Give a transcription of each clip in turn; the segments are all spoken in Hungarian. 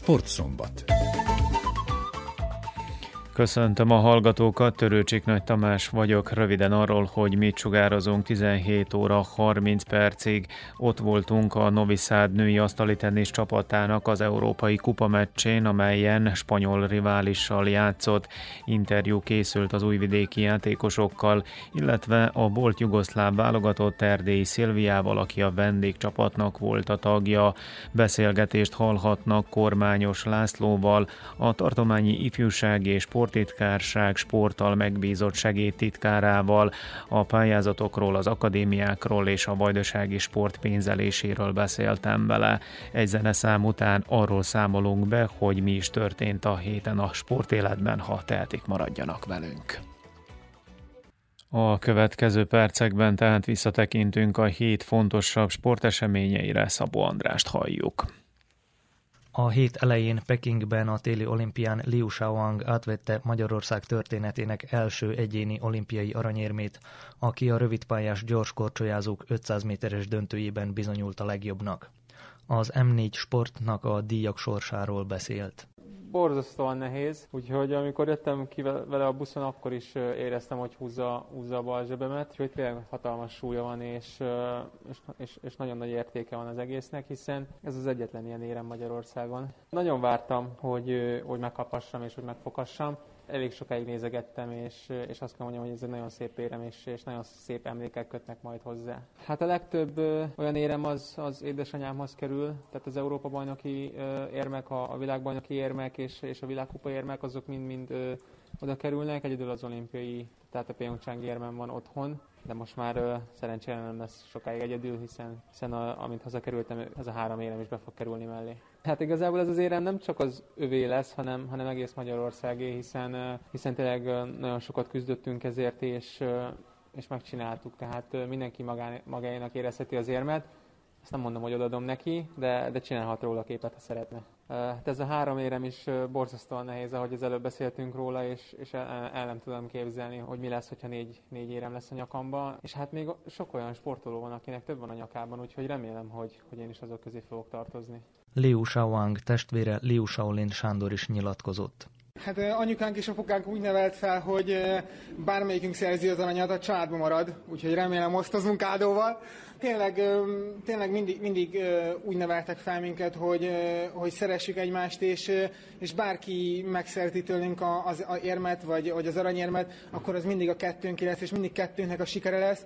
Sportszombat. Köszöntöm a hallgatókat, Törőcsik Nagy Tamás vagyok. Röviden arról, hogy mit sugározunk 17 óra 30 percig. Ott voltunk a Novi Sad női asztali tenisz csapatának az Európai Kupa meccsén, amelyen spanyol riválissal játszott. Interjú készült az újvidéki játékosokkal, illetve a volt jugoszláv válogatott Erdélyi Szilviával, aki a vendégcsapatnak volt a tagja. Beszélgetést hallhatnak Kormányos Lászlóval, a tartományi ifjúsági és sporttitkárság sporttal megbízott segédtitkárával. A pályázatokról, az akadémiákról és a vajdasági sport pénzeléséről beszéltem vele. Egy zeneszám után arról számolunk be, hogy mi is történt a héten a sportéletben, ha tehetik, maradjanak velünk. A következő percekben tehát visszatekintünk a hét fontosabb sporteseményeire. Szabó Andrást halljuk. A hét elején Pekingben a téli olimpián Liu Shaoang átvette Magyarország történetének első egyéni olimpiai aranyérmét, aki a rövidpályás gyorskorcsolyázók 500 méteres döntőjében bizonyult a legjobbnak. Az M4 Sportnak a díjak sorsáról beszélt. Borzasztóan nehéz, úgyhogy amikor jöttem ki vele a buszon, akkor is éreztem, hogy húzza a bal zsebemet, úgyhogy tényleg hatalmas súlya van, és nagyon nagy értéke van az egésznek, hiszen ez az egyetlen ilyen érem Magyarországon. Nagyon vártam, hogy megkaphassam és hogy megfoghassam. Elég sokáig nézegettem, és azt kell mondjam, hogy ez egy nagyon szép érem, és nagyon szép emlékek kötnek majd hozzá. Hát a legtöbb olyan érem az édesanyámhoz kerül, tehát az Európa-bajnoki érmek, a világbajnoki érmek és a világkupa érmek, azok mind oda kerülnek. Egyedül az olimpiai, tehát a Pyeongchang érmem van otthon, de most már szerencsére nem lesz sokáig egyedül, hiszen amint hazakerültem, ez a 3 érem is be fog kerülni mellé. Hát igazából ez az érem nem csak az övé lesz, hanem egész Magyarországé, hiszen tényleg nagyon sokat küzdöttünk ezért, és megcsináltuk. Tehát mindenki magáénak érezheti az érmet. Ezt nem mondom, hogy odaadom neki, de csinálhat róla képet, ha szeretne. Hát ez a 3 érem is borzasztóan nehéz, ahogy az előbb beszéltünk róla, és el nem tudom képzelni, hogy mi lesz, hogyha 4 érem lesz a nyakamba. És hát még sok olyan sportoló van, akinek több van a nyakában, úgyhogy remélem, hogy én is azok közé fogok tartozni. Liu Shaoang testvére Liu Shaolin Sándor is nyilatkozott. Hát anyukánk és apukánk úgy nevelt fel, hogy bármelyikünk szerzi az aranyat, a családban marad, úgyhogy remélem osztozunk áldóval. Tényleg mindig úgy neveltek fel minket, hogy szeressük egymást, és bárki megszereti tőlünk az érmet, vagy az aranyérmet, akkor az mindig a kettőnké lesz, és mindig kettőnknek a sikere lesz,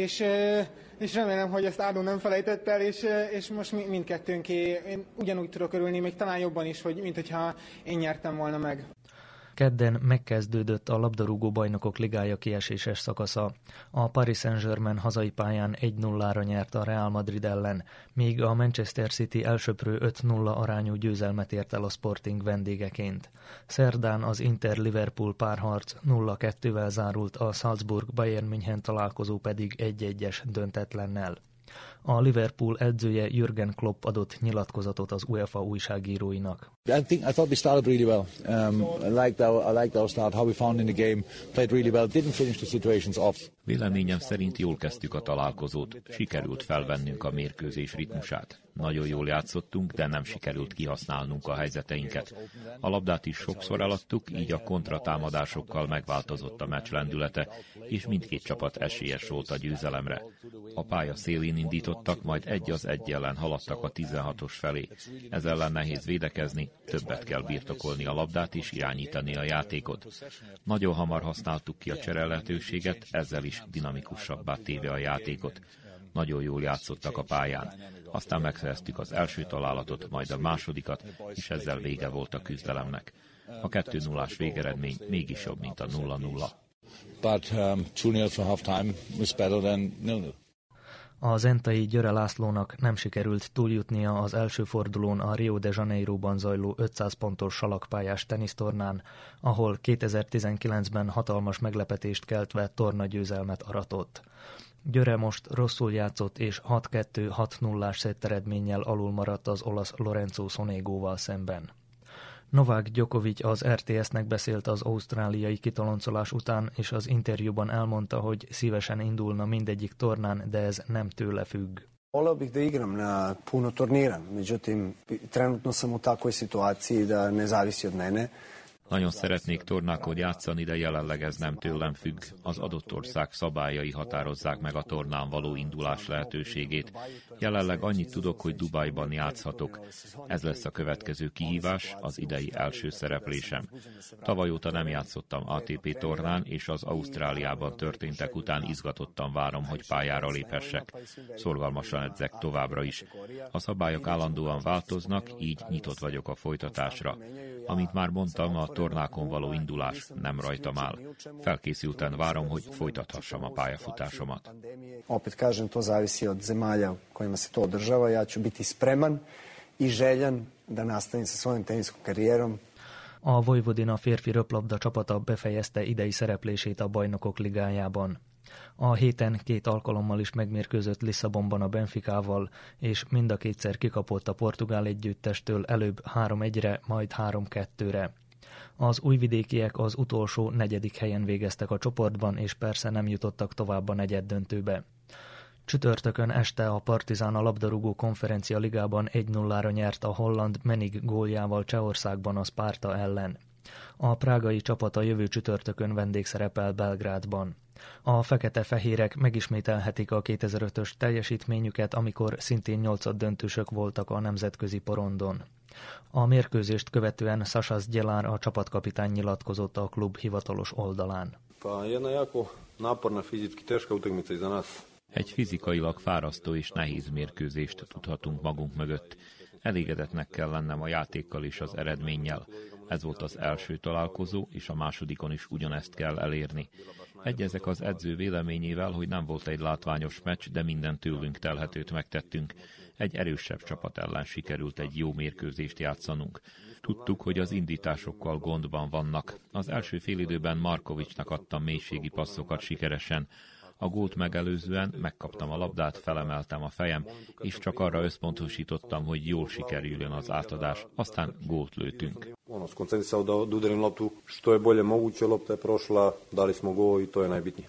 és remélem, hogy ezt Ádó nem felejtett el, és most mindkettőnké én ugyanúgy tudok örülni, még talán jobban is, mint hogyha én nyertem volna meg. Kedden megkezdődött a labdarúgó bajnokok ligája kieséses szakasza. A Paris Saint-Germain hazai pályán 1-0-ra nyert a Real Madrid ellen, míg a Manchester City elsöprő 5-0 arányú győzelmet ért el a Sporting vendégeként. Szerdán az Inter-Liverpool párharc 0-2-vel zárult, a Salzburg-Bayern München találkozó pedig 1-1-es döntetlennel. A Liverpool edzője Jürgen Klopp adott nyilatkozatot az UEFA újságíróinak. I thought we started really well. I liked our start, how we found in the game, played really well, didn't finish the situations off. Véleményem szerint jól kezdtük a találkozót, sikerült felvennünk a mérkőzés ritmusát. Nagyon jól játszottunk, de nem sikerült kihasználnunk a helyzeteinket. A labdát is sokszor eladtuk, így a kontratámadásokkal megváltozott a meccs lendülete, és mindkét csapat esélyes volt a győzelemre. A pálya szélén indítottak, majd 1-1 ellen haladtak a 16-os felé. Ez ellen nehéz védekezni, többet kell birtokolni a labdát és irányítani a játékot. Nagyon hamar használtuk ki a csere lehetőséget, ezzel is dinamikusabbá téve a játékot. Nagyon jól játszottak a pályán. Aztán megszereztük az első találatot, majd a másodikat, és ezzel vége volt a küzdelemnek. A 2-0-ás végeredmény mégis jobb, mint a 0-0. But 2-0 for half time was better than 0-0. A zentai Györe Lászlónak nem sikerült túljutnia az első fordulón a Rio de Janeiroban zajló 500 pontos salakpályás tenisztornán, ahol 2019-ben hatalmas meglepetést keltve tornagyőzelmet aratott. Györe most rosszul játszott, és 6-2-6-0-ás szetteredménnyel alul maradt az olasz Lorenzo Sonegóval szemben. Novák Djokovic az RTS-nek beszélt az ausztráliai kitoloncolás után, és az interjúban elmondta, hogy szívesen indulna mindegyik tornán, de ez nem tőle függ. Voleo bih da igram na puno turnira, međutim trenutno sam u takvoj situaciji da ne zavisi od mene. Nagyon szeretnék tornákon játszani, de jelenleg ez nem tőlem függ. Az adott ország szabályai határozzák meg a tornán való indulás lehetőségét. Jelenleg annyit tudok, hogy Dubajban játszhatok. Ez lesz a következő kihívás, az idei első szereplésem. Tavaly óta nem játszottam ATP tornán, és az Ausztráliában történtek után izgatottan várom, hogy pályára léphessek. Szorgalmasan edzek továbbra is. A szabályok állandóan változnak, így nyitott vagyok a folytatásra. Amint már mondtam, a tornákon való indulás nem rajtam áll. Felkészülten várom, hogy folytathassam a pályafutásomat. Opet kažem, to zavisi od zemalja kojima se to održava. Ja ću biti spreman i željan da nastavim sa svojom teniskom karijerom. A Vojvodina férfi röplabda csapata befejezte idei szereplését a Bajnokok Ligájában. A héten 2 alkalommal is megmérkőzött Lisszabonban a Benficával, és mind a kétszer kikapott a portugál együttestől, előbb 3-1-re, majd 3-2-re. Az újvidékiek az utolsó 4. helyen végeztek a csoportban, és persze nem jutottak tovább a negyeddöntőbe. Csütörtökön este a Partizán a labdarúgó konferencia ligában 1-0-ra nyert a holland Menig góljával Csehországban a Sparta ellen. A prágai csapat a jövő csütörtökön vendégszerepel Belgrádban. A fekete-fehérek megismételhetik a 2005-ös teljesítményüket, amikor szintén 8-döntősök voltak a nemzetközi porondon. A mérkőzést követően Sasa Zgyelár, a csapatkapitány nyilatkozott a klub hivatalos oldalán. Egy fizikailag fárasztó és nehéz mérkőzést tudhatunk magunk mögött. Elégedetnek kell lennem a játékkal és az eredménnyel. Ez volt az első találkozó, és a másodikon is ugyanezt kell elérni. Egyezek az edző véleményével, hogy nem volt egy látványos meccs, de minden tőlünk telhetőt megtettünk. Egy erősebb csapat ellen sikerült egy jó mérkőzést játszanunk. Tudtuk, hogy az indításokkal gondban vannak. Az első félidőben Markovicsnak adtam mélységi passzokat sikeresen. A gólt megelőzően megkaptam a labdát, felemeltem a fejem, és csak arra összpontosítottam, hogy jól sikerüljön az átadás, aztán gólt lőtünk. Skoncentrisao da udarim loptu što je bolje moguće, lopta je prošla, dali smo gol i to je najbitnije.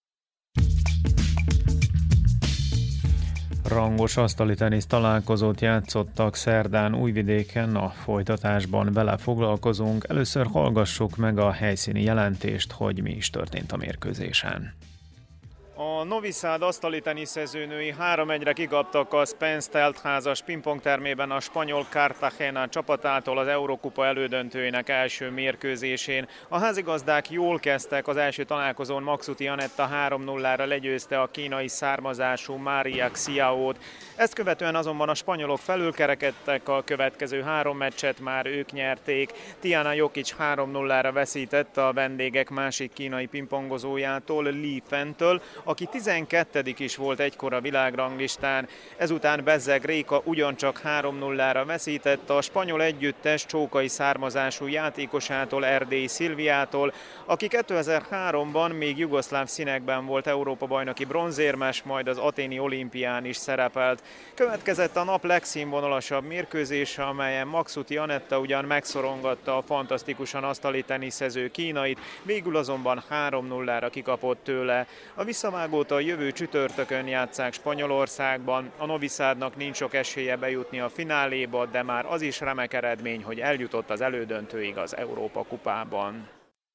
Rangos asztali tenisz találkozót játszottak szerdán Újvidéken, a folytatásban vele foglalkozunk. Először hallgassuk meg a helyszíni jelentést, hogy mi is történt a mérkőzésen. A Novi Sad asztali teniszezőnői 3-1-re kikaptak a Spence teltházas pingpongtermében a spanyol Cartagena csapatától az Eurókupa elődöntőjének első mérkőzésén. A házigazdák jól kezdtek, az első találkozón Maxuti Anetta 3-0-ra legyőzte a kínai származású Maria Xiaót. Ezt követően azonban a spanyolok felülkerekedtek, a következő 3 meccset már ők nyerték. Tiana Jokic 3-0-ra veszített a vendégek másik kínai pingpongozójától, Li Fentől, aki 12. is volt egykor a világranglistán. Ezután Bezzeg Réka ugyancsak 3-0-ra veszített a spanyol együttes csókai származású játékosától, Erdélyi Szilviától, aki 2003-ban még jugoszláv színekben volt Európa-bajnoki bronzérmes, majd az athéni olimpián is szerepelt. Következett a nap legszínvonalasabb mérkőzése, amelyen Maxuti Anetta ugyan megszorongatta a fantasztikusan asztali teniszező kínait, végül azonban 3-0-ra kikapott tőle. A visszavágót a jövő csütörtökön játsszák Spanyolországban. A Novi Sadnak nincs sok esélye bejutni a fináléba, de már az is remek eredmény, hogy eljutott az elődöntőig az Európa-kupában.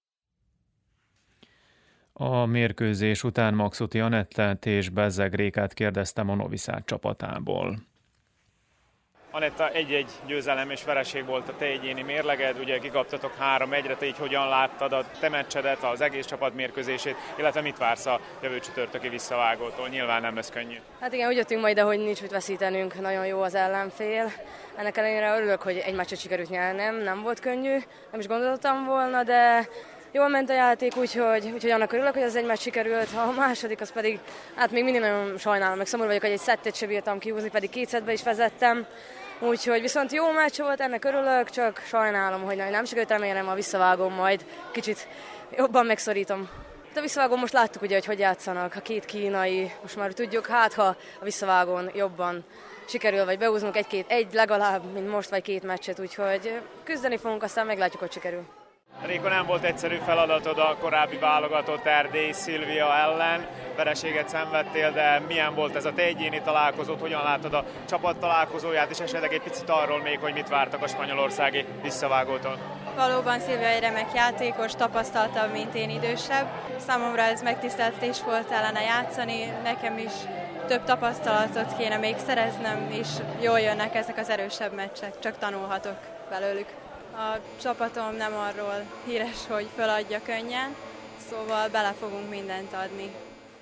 A mérkőzés után Maxuti Anettát és Bezzeg Rékát kérdeztem a Novi Sad csapatából. Anetta, 1-1 győzelem és vereség volt a te egyéni mérleged, ugye kikaptatok 3-1-re, te így hogyan láttad a te meccsedet, az egész csapat mérkőzését, illetve mit vársz a jövő csütörtöki visszavágótól? Nyilván nem lesz könnyű. Hát igen, úgy jöttünk majd, de hogy nincs mit veszítenünk, nagyon jó az ellenfél. Ennek ellenére örülök, hogy egy meccset sikerült nyernem, nem volt könnyű, nem is gondoltam volna, de jól ment a játék, úgyhogy annak örülök, hogy az egy meccs sikerült. A második az pedig, hát még mindig nagyon sajnálom, meg szomorú vagyok, hogy egy szettet sem bírtam kihúzni, pedig 2 szettbe is vezettem. Úgyhogy viszont jó meccs volt, ennek örülök, csak sajnálom, hogy nem sikerült, remélem a visszavágón majd kicsit jobban megszorítom. A visszavágón most láttuk ugye, hogy játszanak a 2 kínai, most már tudjuk, hát ha a visszavágón jobban sikerül, vagy behúznunk egy legalább, mint most, vagy 2 meccset, úgyhogy küzdeni fogunk, aztán meglátjuk, hogy sikerül. Réka, nem volt egyszerű feladatod a korábbi válogatott Erdély Szilvia ellen, vereséget szenvedtél, de milyen volt ez a te egyéni találkozód, hogyan látod a csapat találkozóját, és esetleg egy picit arról még, hogy mit vártak a spanyolországi visszavágótól? Valóban Szilvia egy remek játékos, tapasztaltabb, mint én, idősebb. Számomra ez megtiszteltetés volt ellene játszani, nekem is több tapasztalatot kéne még szereznem, és jól jönnek ezek az erősebb meccsek, csak tanulhatok belőlük. A csapatom nem arról híres, hogy föladja könnyen, szóval bele fogunk mindent adni.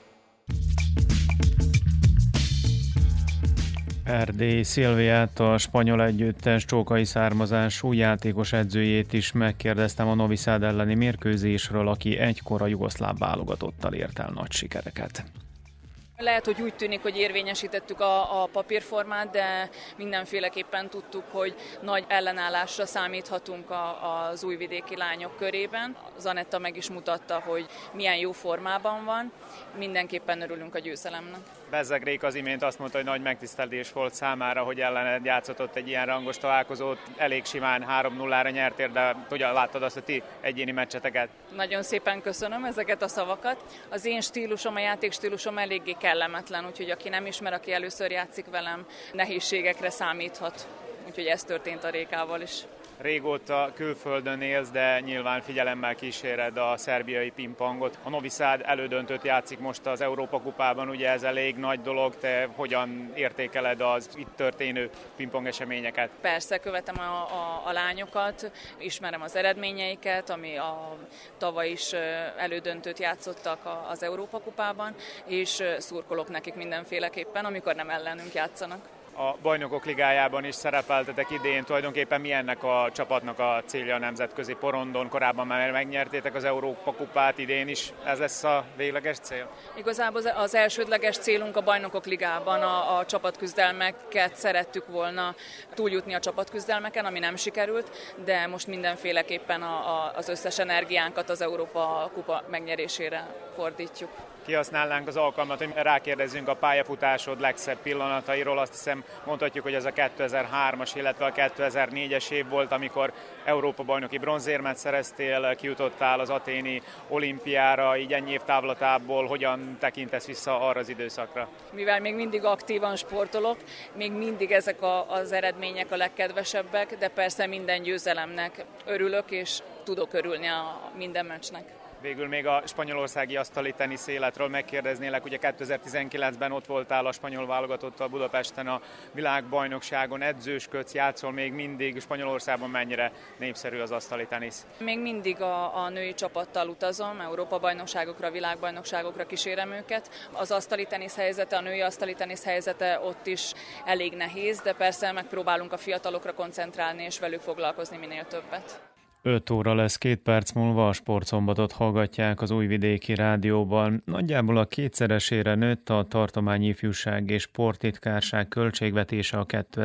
Erdély Szilviát, a spanyol együttes csókai származású játékos edzőjét is megkérdeztem a Novi Sad elleni mérkőzésről, aki egykor a jugoszláv válogatottal ért el nagy sikereket. Lehet, hogy úgy tűnik, hogy érvényesítettük a papírformát, de mindenféleképpen tudtuk, hogy nagy ellenállásra számíthatunk az újvidéki lányok körében. Zanetta meg is mutatta, hogy milyen jó formában van. Mindenképpen örülünk a győzelemnek. Bezzeg Réka az imént azt mondta, hogy nagy megtiszteltés volt számára, hogy ellened játszott egy ilyen rangos találkozót. Elég simán 3-0-ra nyertél, de hogyan láttad azt a ti egyéni meccseteket? Nagyon szépen köszönöm ezeket a szavakat. Az én stílusom, a játékstílusom eléggé kellemetlen, úgyhogy aki nem ismer, aki először játszik velem, nehézségekre számíthat. Úgyhogy ez történt a Rékával is. Régóta külföldön élsz, de nyilván figyelemmel kíséred a szerbiai pingpongot. A Novi Sad elődöntőt játszik most az Európa-kupában, ugye ez elég nagy dolog. Te hogyan értékeled az itt történő pingpong eseményeket? Persze, követem a lányokat, ismerem az eredményeiket, ami tavaly is elődöntőt játszottak az Európa-kupában, és szurkolok nekik mindenféleképpen, amikor nem ellenünk játszanak. A Bajnokok Ligájában is szerepeltetek idén, tulajdonképpen mi ennek a csapatnak a célja a nemzetközi porondon? Korábban már megnyertétek az Európa-kupát, idén is ez lesz a végleges cél? Igazából az elsődleges célunk a Bajnokok Ligában a csapatküzdelmeket szerettük volna túljutni a csapatküzdelmeken, ami nem sikerült, de most mindenféleképpen az összes energiánkat az Európa-kupa megnyerésére fordítjuk. Kihasználnánk az alkalmat, hogy rákérdezzünk a pályafutásod legszebb pillanatairól. Azt hiszem, mondhatjuk, hogy ez a 2003-as, illetve a 2004-es év volt, amikor Európa-bajnoki bronzérmet szereztél, kijutottál az athéni olimpiára, így ennyi év távlatából hogyan tekintesz vissza arra az időszakra? Mivel még mindig aktívan sportolok, még mindig ezek az eredmények a legkedvesebbek, de persze minden győzelemnek örülök, és tudok örülni a minden meccsnek. Végül még a spanyolországi asztali tenisz életről megkérdeznélek, ugye 2019-ben ott voltál a spanyol válogatottal Budapesten a világbajnokságon, edzősködsz, játszol még mindig. Spanyolországban mennyire népszerű az asztali tenisz? Még mindig a női csapattal utazom, Európa-bajnokságokra, világbajnokságokra kísérem őket. Az asztali tenisz helyzete, a női asztali tenisz helyzete ott is elég nehéz, de persze megpróbálunk a fiatalokra koncentrálni és velük foglalkozni minél többet. 5 óra lesz 2 perc múlva, a Sportszombatot hallgatják az Újvidéki Rádióban. Nagyjából a kétszeresére nőtt a tartományi ifjúság és sporttitkárság költségvetése a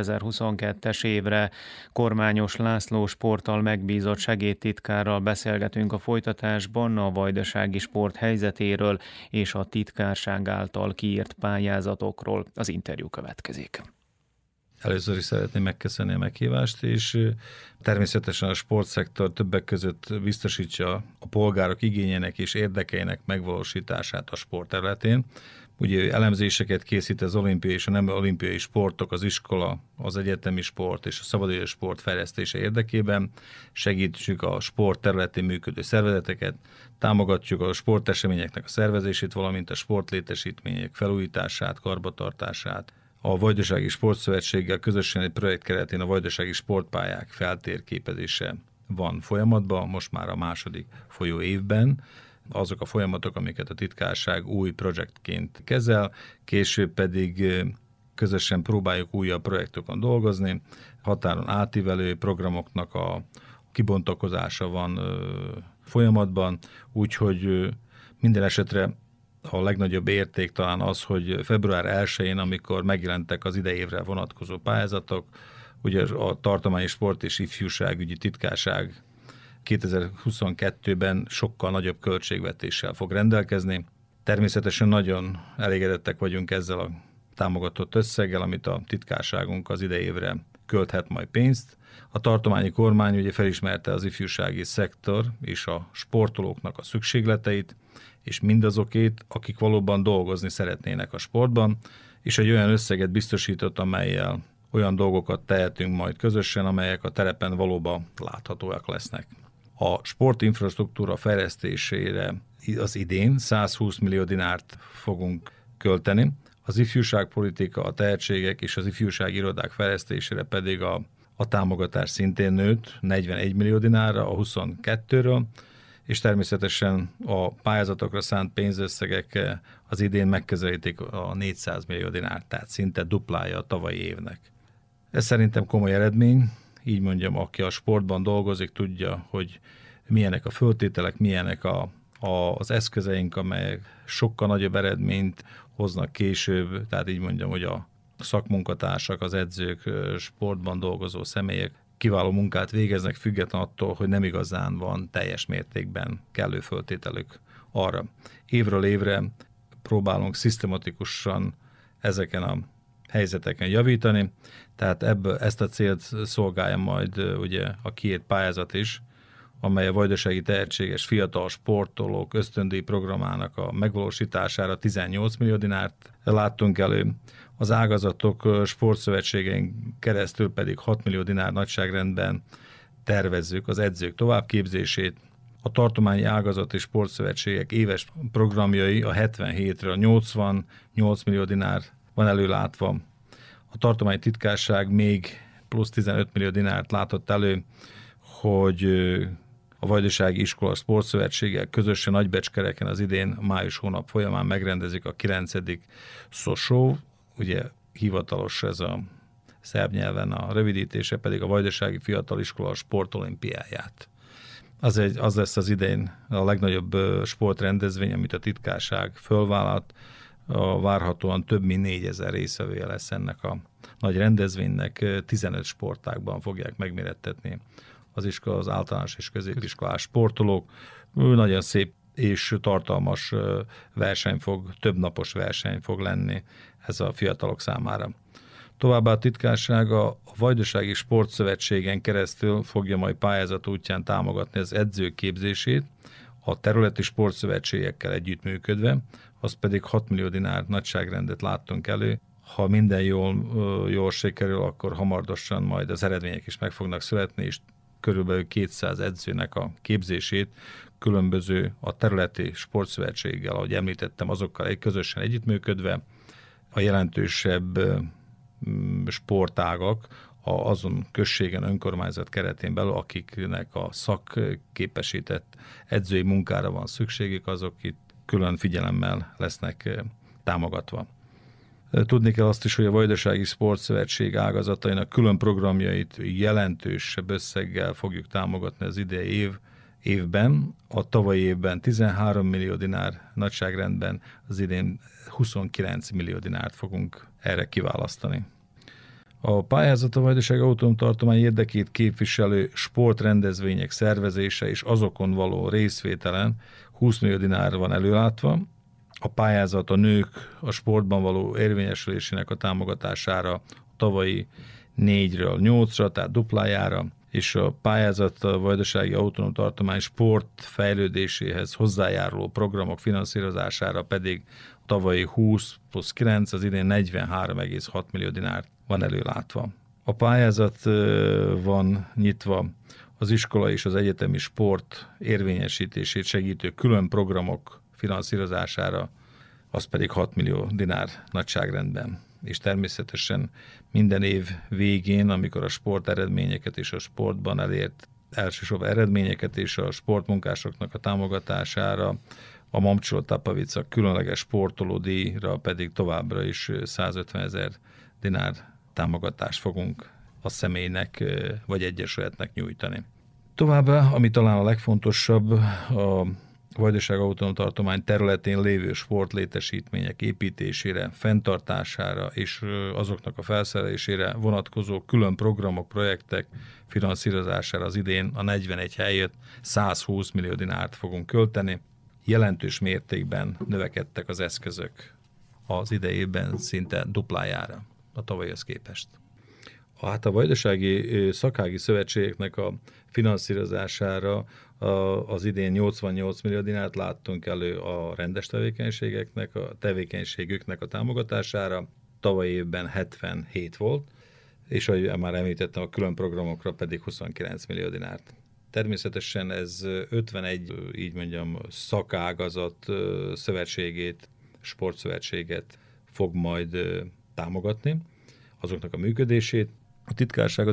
2022-es évre. Kormányos László sporttal megbízott segédtitkárral beszélgetünk a folytatásban a vajdasági sport helyzetéről és a titkárság által kiírt pályázatokról. Az interjú következik. Először is szeretném megköszönni a meghívást, és természetesen a sportszektor többek között biztosítja a polgárok igényének és érdekeinek megvalósítását a sport területén. Ugye elemzéseket készít az olimpiai és a nem olimpiai sportok, az iskola, az egyetemi sport és a szabadidős sport fejlesztése érdekében, segítjük a sport területén működő szervezeteket, támogatjuk a sporteseményeknek a szervezését, valamint a sportlétesítmények felújítását, karbantartását. A Vajdasági Sportszövetséggel közösen egy projekt keretén a vajdasági sportpályák feltérképezése van folyamatban, most már a második folyó évben. Azok a folyamatok, amiket a titkárság új projektként kezel, később pedig közösen próbáljuk újabb projektokon dolgozni. Határon átívelő programoknak a kibontakozása van folyamatban, úgyhogy minden esetre a legnagyobb érték talán az, hogy február 1-én, amikor megjelentek az idei évre vonatkozó pályázatok, ugye a Tartományi Sport és Ifjúságügyi Titkárság 2022-ben sokkal nagyobb költségvetéssel fog rendelkezni. Természetesen nagyon elégedettek vagyunk ezzel a támogatott összeggel, amit a titkárságunk az idei évre költhet majd pénzt. A tartományi kormány ugye felismerte az ifjúsági szektor és a sportolóknak a szükségleteit, és mindazokét, akik valóban dolgozni szeretnének a sportban, és egy olyan összeget biztosított, amellyel olyan dolgokat tehetünk majd közösen, amelyek a terepen valóban láthatóak lesznek. A sportinfrastruktúra fejlesztésére az idén 120 millió dinárt fogunk költeni, az ifjúságpolitika, a tehetségek és az ifjúsági irodák fejlesztésére pedig a támogatás szintén nőtt 41 millió dinárra a 22-ről, és természetesen a pályázatokra szánt pénzösszegek az idén megközelítik a 400 millió dinárt, tehát szinte duplája a tavalyi évnek. Ez szerintem komoly eredmény, így mondjam, aki a sportban dolgozik, tudja, hogy milyenek a föltételek, milyenek az eszközeink, amelyek sokkal nagyobb eredményt hoznak később, tehát így mondjam, hogy a szakmunkatársak, az edzők, sportban dolgozó személyek kiváló munkát végeznek, független attól, hogy nem igazán van teljes mértékben kellő föltételük arra. Évről évre próbálunk szisztematikusan ezeken a helyzeteken javítani, tehát ezt a célt szolgálja majd ugye a kiírt pályázat is, amely a vajdasági tehetséges fiatal sportolók ösztöndíj programának a megvalósítására 18 millió dinárt láttunk elő. Az ágazatok sportszövetségein keresztül pedig 6 millió dinár nagyságrendben tervezzük az edzők továbbképzését. A tartományi ágazati sportszövetségek éves programjai a 77-ről 88 millió dinár van előlátva. A tartományi titkárság még plusz 15 millió dinárt látott elő, hogy a Vajdasági Iskola Sportszövetséggel közösen Nagybecskereken az idén május hónap folyamán megrendezik a 9. Szosó, ugye hivatalos ez a szerb nyelven, a rövidítése pedig a Vajdasági Fiatal Iskola Sportolimpiáját. Az lesz az idén a legnagyobb sportrendezvény, amit a titkárság fölvállalt. Várhatóan több mint 4000 részvevője lesz ennek a nagy rendezvénynek, 15 sportágban fogják megmérettetni az általános és középiskolás sportolók. Nagyon szép és tartalmas több napos verseny fog lenni ez a fiatalok számára. Továbbá a titkárság a Vajdasági Sportszövetségen keresztül fogja majd pályázat útján támogatni az edzők képzését, a területi sportszövetségekkel együttműködve, az pedig 6 millió dinár nagyságrendet láttunk elő. Ha minden jól sikerül, akkor hamarosan majd az eredmények is meg fognak születni, és körülbelül 200 edzőnek a képzését különböző a területi sportszövetséggel, ahogy említettem, azokkal közösen együttműködve, a jelentősebb sportágak azon községen, önkormányzat keretén belül, akiknek a szakképesített edzői munkára van szükségük, azok itt külön figyelemmel lesznek támogatva. Tudni kell azt is, hogy a Vajdasági Sportszövetség ágazatainak külön programjait jelentősebb összeggel fogjuk támogatni az idei évben. A tavalyi évben 13 millió dinár nagyságrendben, az idén 29 millió dinárt fogunk erre kiválasztani. A pályázat a Vajdaság Autonóm Tartomány érdekét képviselő sportrendezvények szervezése és azokon való részvételen 20 millió dinár van előlátva. A pályázat a nők a sportban való érvényesülésének a támogatására a tavalyi 4-ről 8-ra, tehát duplájára, és a pályázat a Vajdasági Autonóm Tartomány sport fejlődéséhez hozzájáruló programok finanszírozására pedig a tavalyi 20 plusz 9, az idén 43,6 millió dinár van előlátva. A pályázat van nyitva az iskola és az egyetemi sport érvényesítését segítő külön programok finanszírozására, az pedig 6 millió dinár nagyságrendben. És természetesen minden év végén, amikor a sport eredményeket és a sportban elért elsősorban eredményeket és a sportmunkásoknak a támogatására, a Momcsol Tapavica különleges sportolódíjra pedig továbbra is 150 000 dinár támogatást fogunk a személynek vagy egyesületnek nyújtani. Továbbá, ami talán a legfontosabb, a Vajdaság Autonóm Tartomány területén lévő sportlétesítmények építésére, fenntartására és azoknak a felszerelésére vonatkozó külön programok, projektek finanszírozására az idén a 41 helyett 120 millió dinárt fogunk költeni. Jelentős mértékben növekedtek az eszközök az idejében szinte duplájára a tavalyhoz képest. Hát a Vajdasági Szakági Szövetségeknek a finanszírozására az idén 88 millió dinárt láttunk elő a rendes tevékenységeknek, a tevékenységüknek a támogatására. Tavaly évben 77 volt, és ahogy már említettem, a külön programokra pedig 29 millió dinárt. Természetesen ez 51, így mondjam, szakágazat szövetségét, sportszövetséget fog majd támogatni, azoknak a működését. A titkárság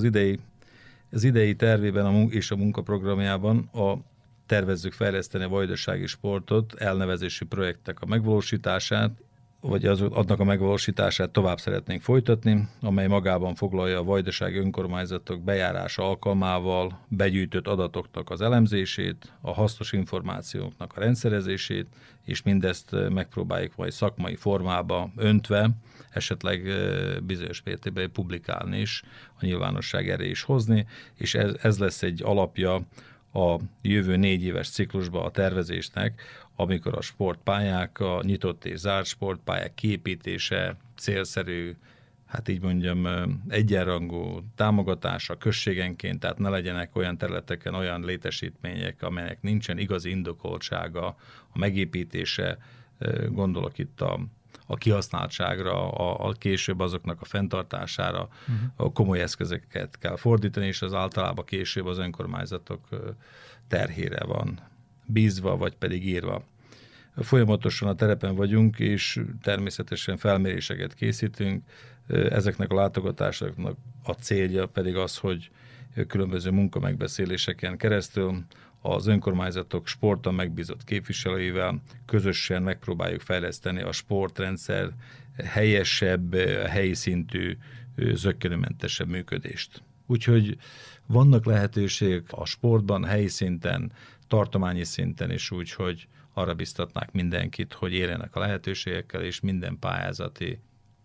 az idei tervében és a munkaprogramjában tervezzük fejleszteni a vajdasági sportot, elnevezési projektek a megvalósítását, vagy annak a megvalósítását tovább szeretnénk folytatni, amely magában foglalja a vajdasági önkormányzatok bejárása alkalmával begyűjtött adatoknak az elemzését, a hasznos információknak a rendszerezését, és mindezt megpróbáljuk majd szakmai formába öntve, esetleg bizonyos mértékben publikálni is, a nyilvánosság elé is hozni, és ez lesz egy alapja a jövő 4 éves ciklusban a tervezésnek, amikor a sportpályák, a nyitott és zárt sportpályák kiépítése célszerű, hát így mondjam, egyenrangú támogatása községenként, tehát ne legyenek olyan területeken olyan létesítmények, amelyek nincsen igazi indokoltsága a megépítése, gondolok itt a kihasználtságra, a később azoknak a fenntartására komoly eszközöket kell fordítani, és az általában később az önkormányzatok terhére van bízva, vagy pedig írva. Folyamatosan a terepen vagyunk, és természetesen felméréseket készítünk. Ezeknek a látogatásoknak a célja pedig az, hogy különböző munkamegbeszéléseken keresztül az önkormányzatok sporton megbízott képviselőivel közösen megpróbáljuk fejleszteni a sportrendszer helyesebb, helyi szintű, zökkenőmentesebb működést. Úgyhogy vannak lehetőségek a sportban, helyi szinten, tartományi szinten is úgy, hogy arra biztatnák mindenkit, hogy éljenek a lehetőségekkel, és minden pályázati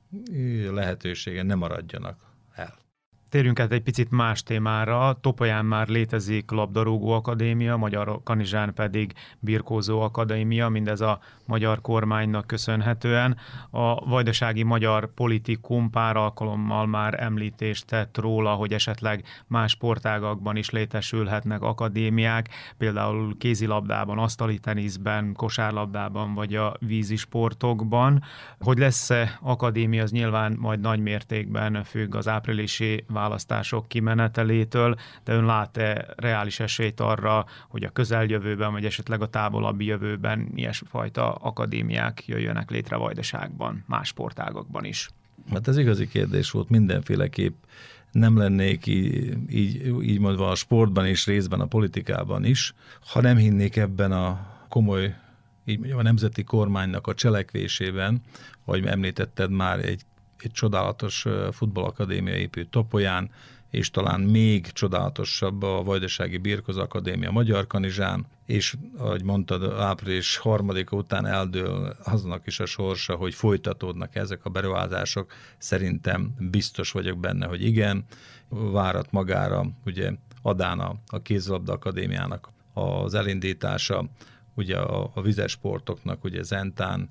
lehetőségen ne maradjanak el. Térjünk át egy picit más témára. Topolyán már létezik labdarúgó akadémia, Magyar Kanizsán pedig birkózó akadémia, mindez a magyar kormánynak köszönhetően. A vajdasági magyar politikum pár alkalommal már említést tett róla, hogy esetleg más sportágakban is létesülhetnek akadémiák, például kézilabdában, asztali teniszben, kosárlabdában vagy a vízisportokban. Hogy lesz-e akadémia, az nyilván majd nagy mértékben függ az áprilisi választások kimenetelétől, de ön lát-e reális esélyt arra, hogy a közeljövőben, vagy esetleg a távolabbi jövőben ilyesfajta akadémiák jöjjönek létre Vajdaságban, más sportágakban is? Hát ez igazi kérdés volt, mindenféleképp nem lennék így mondva a sportban és részben a politikában is, ha nem hinnék ebben a komoly, így mondjam, a nemzeti kormánynak a cselekvésében, ahogy említetted már, egy csodálatos futballakadémia épült Topolyán, és talán még csodálatosabb a Vajdasági Birkózó Akadémia Magyar Kanizsán, és ahogy mondtad, április 3-a után eldől aznak is a sorsa, hogy folytatódnak ezek a beruházások. Szerintem biztos vagyok benne, hogy igen. Várat magára ugye Adán a Kézilabda Akadémiának az elindítása, ugye a vizesportoknak ugye Zentán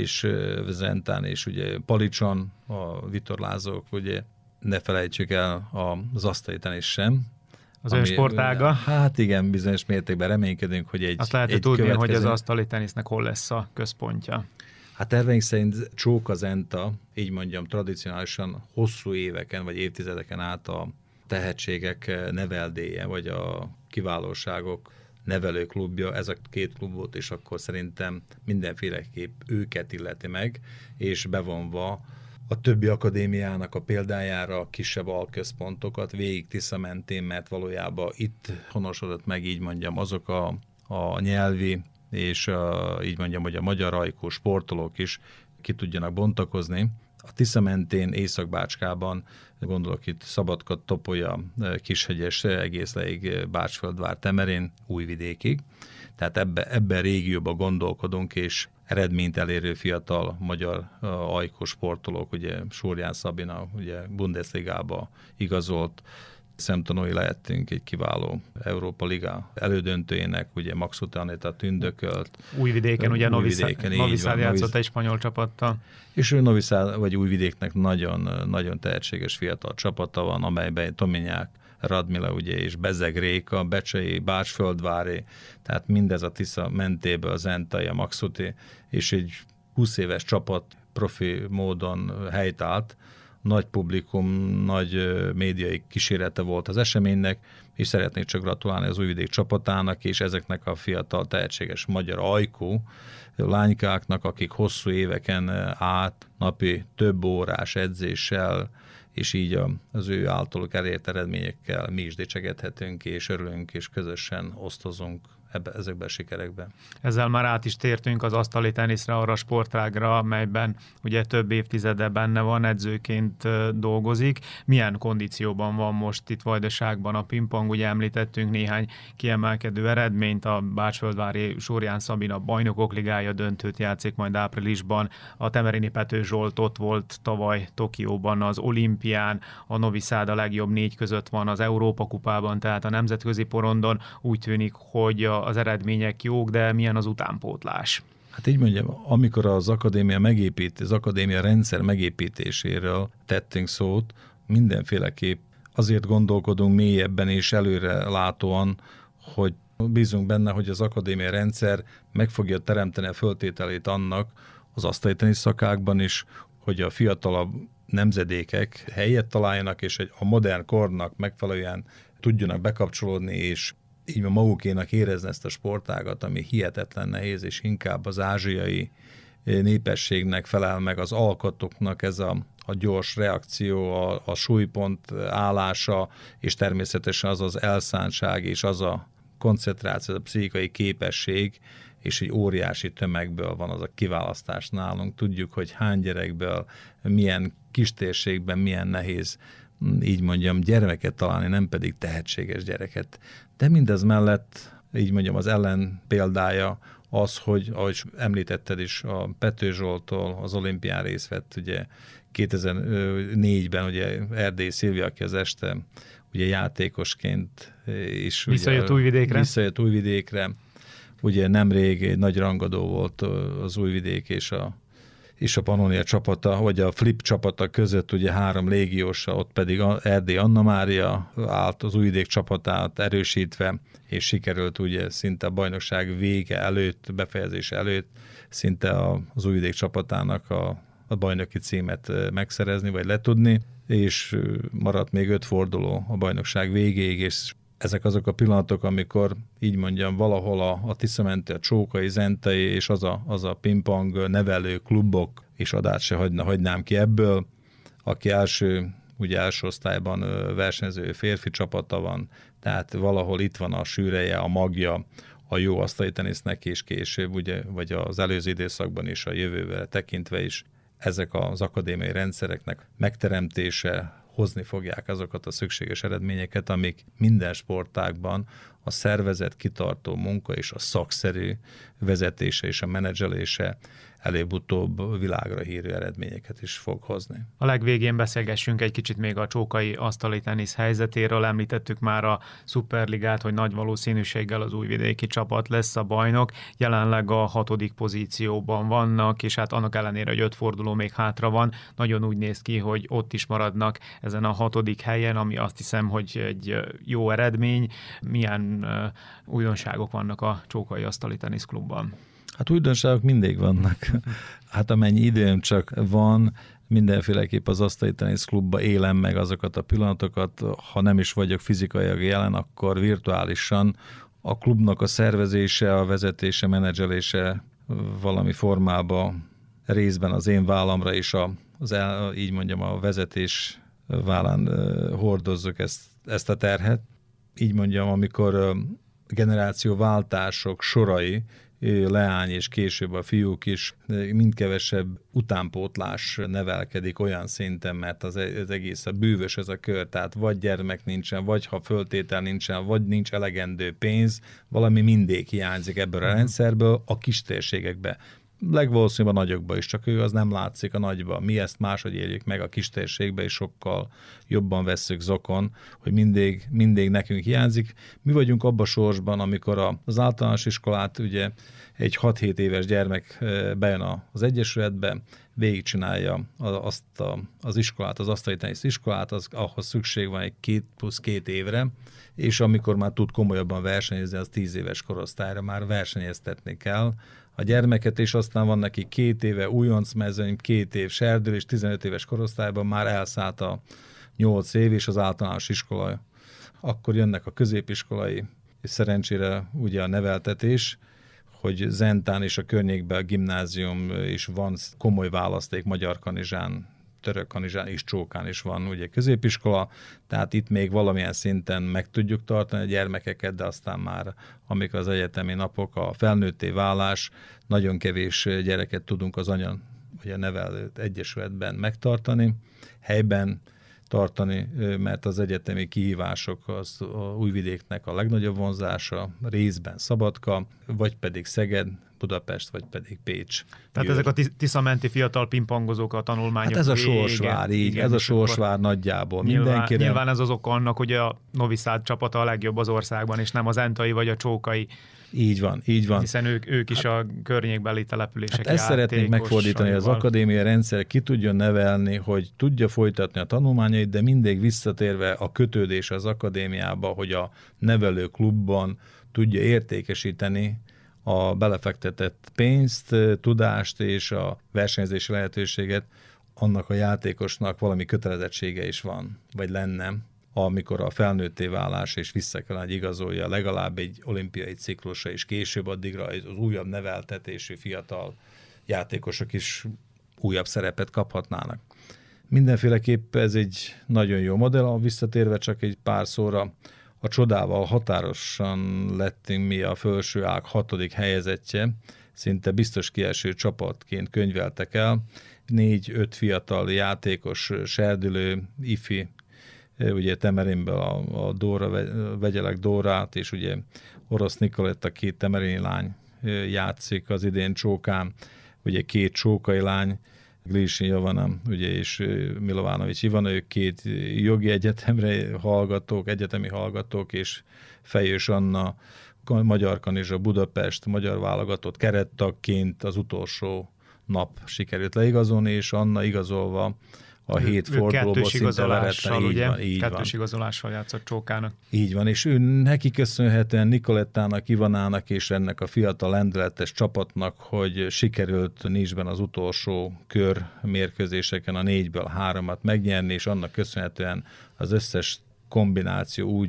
és ugye Palicson, a vitorlázók, ugye ne felejtsük el az asztali tenisz sem. Az ön sportága? Hát igen, bizonyos mértékben reménykedünk, hogy azt lehet tudni, hogy az asztali tenisznek hol lesz a központja? Hát terveink szerint Csóka Zenta, így mondjam, tradicionálisan hosszú éveken vagy évtizedeken át a tehetségek neveldéje, vagy a kiválóságok nevelőklubja, ez a két klub volt, és akkor szerintem mindenféleképp őket illeti meg, és bevonva a többi akadémiának a példájára a kisebb alközpontokat végig Tisza mentén, mert valójában itt honosodott meg, így mondjam, azok a nyelvi, és így mondjam, hogy a magyar ajkú sportolók is ki tudjanak bontakozni. A Tisza mentén, Észak-Bácskában, gondolok itt Szabadka, Topolya, Kishegyes, egész leig Bácsföldvár, Temerén, Újvidékig. Tehát ebben a régióban gondolkodunk, és eredményt elérő fiatal magyar ajkú sportolók, ugye Súrján Szabina, ugye Bundesligába igazolt, szemtanúi lehettünk egy kiváló Európa Liga elődöntőjének, ugye Maxute Anita tündökölt. Újvidéken, ugye Novi Sad játszott egy spanyol csapattal. És ő Novi Sad, vagy Újvidéknek nagyon, nagyon tehetséges fiatal csapata van, amelyben Tominyák, Radmila ugye, és Bezeg Réka, Becsei, Bácsföldvári, tehát mindez a Tisza mentéből, Zentai, a Maxuti, és egy 20 éves csapat profi módon helytált. Nagy publikum, nagy médiai kísérete volt az eseménynek, és szeretnék csak gratulálni az Újvidék csapatának, és ezeknek a fiatal, tehetséges magyar ajkú lánykáknak, akik hosszú éveken át napi több órás edzéssel, és így az ő általuk elért eredményekkel mi is dicsekedhetünk, és örülünk, és közösen osztozunk ezekben a sikerekben. Ezzel már át is tértünk az asztali teniszre, arra a sportágra, amelyben ugye több évtizede benne van, edzőként dolgozik. Milyen kondícióban van most itt Vajdaságban a pingpong? Ugye említettünk néhány kiemelkedő eredményt, a Bácsföldvári Súrján Szabina Bajnokok Ligája döntőt játszik majd áprilisban, a Temerini Pető Zsolt ott volt tavaly Tokióban az olimpián, a Novi Sad a legjobb 4 között van az Európa kupában, tehát a nemzetközi porondon. Úgy tűnik, hogy az eredmények jók, de milyen az utánpótlás? Hát így mondjam, amikor az akadémia rendszer megépítéséről tettünk szót, mindenféleképp azért gondolkodunk mélyebben és előre látóan, hogy bízunk benne, hogy az akadémia rendszer meg fogja teremteni a föltételét annak az asztali tenisz szakákban is, hogy a fiatalabb nemzedékek helyet találjanak, és a modern kornak megfelelően tudjanak bekapcsolódni, és így magukénak érezni ezt a sportágat, ami hihetetlen nehéz, és inkább az ázsiai népességnek felel meg, az alkatoknak ez a gyors reakció, a súlypont állása, és természetesen az az elszántság, és az a koncentráció, az a pszichikai képesség, és egy óriási tömegből van az a kiválasztás nálunk. Tudjuk, hogy hány gyerekből, milyen kistérségben, milyen nehéz, így mondjam, gyermeket találni, nem pedig tehetséges gyereket. De mindez mellett, így mondjam, az ellen példája az, hogy, ahogy említetted is, a Pető Zsolttól az olimpián részt vett, ugye 2004-ben ugye Erdélyi Szilvia, aki az este ugye játékosként is visszajött Újvidékre. Ugye nemrég egy nagy rangadó volt az Újvidék és a Pannonia csapata, vagy a Flip csapata között ugye 3 légiósa, ott pedig Erdély Anna Mária állt az Újvidék csapatát erősítve, és sikerült ugye szinte a bajnokság vége előtt, befejezése előtt szinte az Újvidék csapatának a bajnoki címet megszerezni, vagy letudni, és maradt még 5 forduló a bajnokság végéig, és ezek azok a pillanatok, amikor így mondjam, valahol a Tisza-menti, a Csókai, Zentai és az a pingpong nevelő klubok, és adát se hagynám ki ebből, aki első osztályban versenyző férfi csapata van, tehát valahol itt van a sűreje, a magja a jó asztali tenisznek, és később, ugye, vagy az előző időszakban is, a jövőre tekintve is ezek az akadémiai rendszereknek megteremtése hozni fogják azokat a szükséges eredményeket, amik minden sportágban a szervezet kitartó munka és a szakszerű vezetése és a menedzselése előbb-utóbb világra hírű eredményeket is fog hozni. A legvégén beszélgessünk egy kicsit még a csókai asztali tenisz helyzetéről. Említettük már a Szuperligát, hogy nagy valószínűséggel az újvidéki csapat lesz a bajnok. Jelenleg a 6. pozícióban vannak, és hát annak ellenére, hogy 5 forduló még hátra van, nagyon úgy néz ki, hogy ott is maradnak ezen a 6. helyen, ami azt hiszem, hogy egy jó eredmény. Milyen újdonságok vannak a csókai asztali teniszklubban? Hát újdonságok mindig vannak. Hát amennyi időm csak van, mindenféleképp az asztali teniszklubba élem meg azokat a pillanatokat, ha nem is vagyok fizikailag jelen, akkor virtuálisan a klubnak a szervezése, a vezetése, menedzselése valami formában részben az én vállamra is így mondjam, a vezetés vállán hordozzuk ezt a terhet. Így mondjam, amikor generációváltások sorai, leány és később a fiúk is mind kevesebb utánpótlás nevelkedik olyan szinten, mert az egész a bűvös ez a kör, tehát vagy gyermek nincsen, vagy ha föltétel nincsen, vagy nincs elegendő pénz, valami mindig hiányzik ebből a rendszerből a kis térségekbe. legvalószínűbb a nagyokba is, csak ő az nem látszik a nagyba. Mi ezt máshogy éljük meg a kistérségbe, és sokkal jobban vesszük zokon, hogy mindig nekünk hiányzik. Mi vagyunk abban a sorsban, amikor az általános iskolát ugye egy 6-7 éves gyermek bejön az egyesületbe, végigcsinálja az iskolát, az asztali tenisz iskolát, ahhoz szükség van egy 2+2 évre, és amikor már tud komolyabban versenyezni, az 10 éves korosztályra már versenyeztetni kell a gyermeket, és aztán van neki 2 éve újoncmezőny, 2 év serdül, és 15 éves korosztályban már elszállt a 8 év, és az általános iskola. Akkor jönnek a középiskolai, és szerencsére ugye a neveltetés, hogy Zentán és a környékben a gimnázium is van komoly választék, Magyar Kanizsán, Török Kanizsán és Csókán is van ugye középiskola, tehát itt még valamilyen szinten meg tudjuk tartani a gyermekeket, de aztán már amikor az egyetemi napok, a felnőtté válás, nagyon kevés gyereket tudunk az ugye nevelő egyesületben megtartani, helyben tartani, mert az egyetemi kihívások az a Újvidéknek a legnagyobb vonzása, részben Szabadka, vagy pedig Szeged, Budapest, vagy pedig Pécs. Tehát ezek a Tisza-menti fiatal pingpongozók a tanulmányok. Hát ez a Sorsvár, így, igen, ez a Sorsvár nagyjából mindenkire. Nyilván ez az oka annak, hogy a Novi Sad csapata a legjobb az országban, és nem az entai vagy a csókai. Így van, így van. Hiszen ők is a környékbeli települések ezt szeretnénk megfordítani, hogy az akadémia rendszer ki tudjon nevelni, hogy tudja folytatni a tanulmányait, de mindig visszatérve a kötődés az akadémiába, hogy a nevelő klubban tudja értékesíteni a belefektetett pénzt, tudást és a versenyzési lehetőséget, annak a játékosnak valami kötelezettsége is van, vagy lenne, amikor a felnőtté válás és vissza kell, hogy igazolja legalább egy olimpiai ciklusra, és később addigra az újabb neveltetésű fiatal játékosok is újabb szerepet kaphatnának. Mindenféleképp ez egy nagyon jó modell, visszatérve csak egy pár szóra, a csodával határosan lettünk mi a felső ág 6. helyezettje, szinte biztos kieső csapatként könyveltek el, 4-5 fiatal játékos, serdülő, ifi, ugye Temerinből a Dóra, Vegyelek Dórát, és ugye Orosz Nikoletta, 2 temerini lány játszik az idén Csókán, ugye 2 csókai lány, Glisi Jovana, ugye, és Milovánovics Ivana, ők 2 jogi egyetemre hallgatók, egyetemi hallgatók, és Fejős Anna, Magyar Kanizsa, Budapest, magyar válogatott kerettagként az utolsó nap sikerült leigazolni, és Anna igazolva a 7 fordulóból szinte veretlen. Kettős igazolással játszott Csókának. Így van, és neki köszönhetően Nikolettának, Ivanának és ennek a fiatal lendületes csapatnak, hogy sikerült Nicsben az utolsó kör mérkőzéseken a 4-ből 3-at megnyerni, és annak köszönhetően az összes kombináció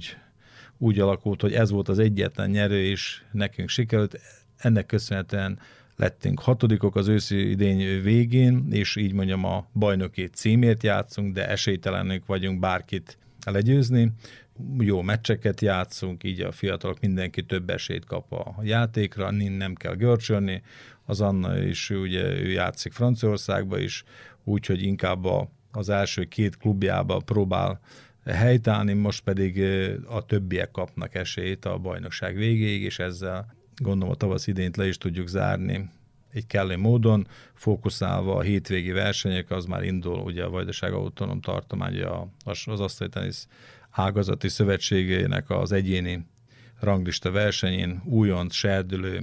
úgy alakult, hogy ez volt az egyetlen nyerő, és nekünk sikerült. Ennek köszönhetően lettünk 6-ok az őszi idény végén, és így mondjam a bajnoki címért játszunk, de esélytelenünk vagyunk bárkit legyőzni. Jó meccseket játszunk, így a fiatalok mindenki több esélyt kap a játékra, nem kell görcsölni. Az Anna is, ugye ő játszik Franciaországba is, úgyhogy inkább az első 2 klubjába próbál helytállni, most pedig a többiek kapnak esélyt a bajnokság végéig, és ezzel gondolom a tavasz idényt le is tudjuk zárni egy kellő módon, fókuszálva a hétvégi versenyek, az már indul ugye a Vajdaság Autonóm Tartomány, az asztali tenisz ágazati szövetségének az egyéni ranglista versenyén újonc, serdülő,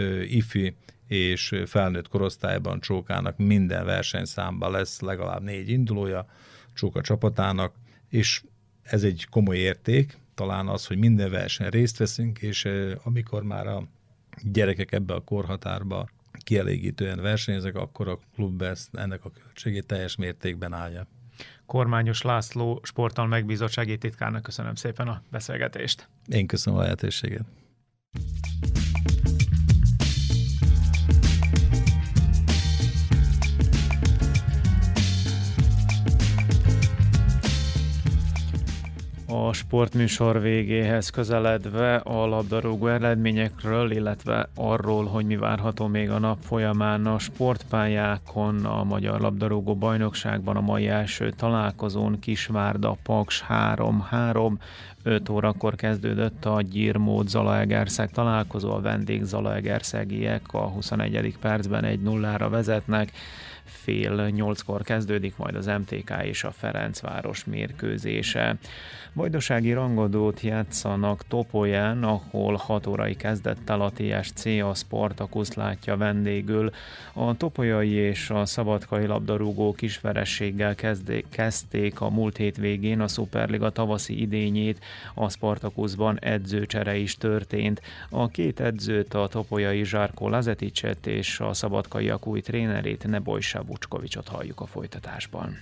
ifi és felnőtt korosztályban Csókának minden versenyszámban lesz legalább 4 indulója Csóka csapatának, és ez egy komoly érték, talán az, hogy minden versenyen részt veszünk, és amikor már a gyerekek ebbe a korhatárba kielégítően versenyeznek, akkor a klub ennek a költségét teljes mértékben állja. Kormányos László sporttal megbízott segédtitkárnak köszönöm szépen a beszélgetést. Én köszönöm a lehetőséget. A A sportműsor végéhez közeledve a labdarúgó eredményekről, illetve arról, hogy mi várható még a nap folyamán a sportpályákon, a Magyar Labdarúgó Bajnokságban a mai első találkozón Kisvárda-Paks 3-3, 5 órakor kezdődött a Gyirmót-Zalaegerszeg találkozó, a vendég zalaegerszegiek a 21. percben 1-0-ra vezetnek, fél 8-kor kezdődik majd az MTK és a Ferencváros mérkőzése. Vajdasági rangadót játszanak Topolyán, ahol 6 órai kezdettel a TSC a Spartakuszt látja vendégül. A topolyai és a szabadkai labdarúgó kisverességgel kezdték a múlt hétvégén a Szuperliga tavaszi idényét, a Spartakuszban edzőcsere is történt. A két edzőt, a topolyai Zsárkó Lazeticet és a szabadkaiak új trénerét, Nebojša Vučkovićot halljuk a folytatásban.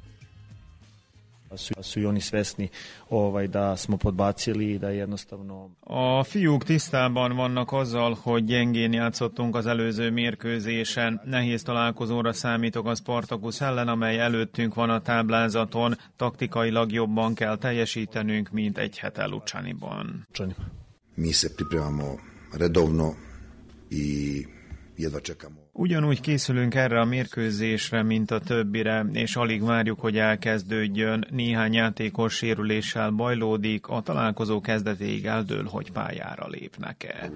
Su i oni svesni da smo podbacili, da jednostavno... A fiúk tisztában vannak azzal, hogy gyengén játszottunk az előző mérkőzésen. Nehéz találkozóra számítok a Spartakusz ellen, amely előttünk van a táblázaton. Taktikailag jobban kell teljesítenünk, mint egy hete Lučaniban. Mi se pripremamo redovno i jedva čekamo. Ugyanúgy készülünk erre a mérkőzésre, mint a többire, és alig várjuk, hogy elkezdődjön. Néhány játékos sérüléssel bajlódik, a találkozó kezdetéig eldől, hogy pályára lépnek-e.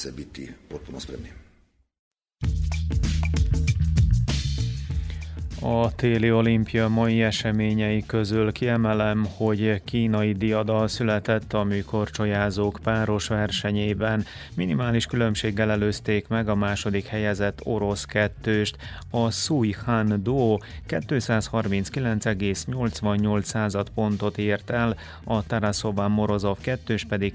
A téli olimpia mai eseményei közül kiemelem, hogy kínai diadal született a műkorcsolyázók páros versenyében. Minimális különbséggel előzték meg a második helyezett orosz kettőst. A Sui Han Do 239,88 pontot ért el, a Tarasova Morozov kettős pedig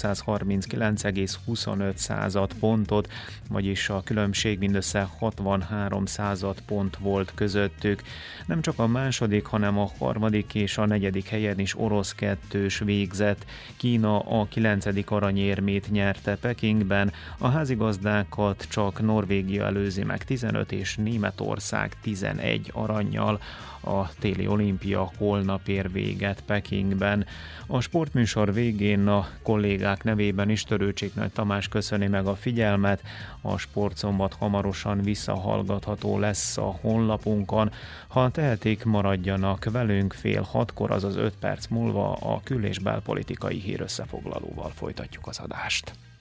239,25 pontot, vagyis a különbség mindössze 63 pont volt között. Nem csak a második, hanem a harmadik és a negyedik helyen is orosz kettős végzett. Kína a 9. aranyérmét nyerte Pekingben, a házigazdákat csak Norvégia előzi meg 15 és Németország 11 arannyal. A téli olimpia holnap ér véget Pekingben. A sportműsor végén a kollégák nevében is Törőcsik Nagy Tamás köszöni meg a figyelmet. A Sportszombat hamarosan visszahallgatható lesz a honlapunkon. Ha tehetik, maradjanak velünk, 5:30, azaz 5 perc múlva a kül- és belpolitikai hírösszefoglalóval folytatjuk az adást.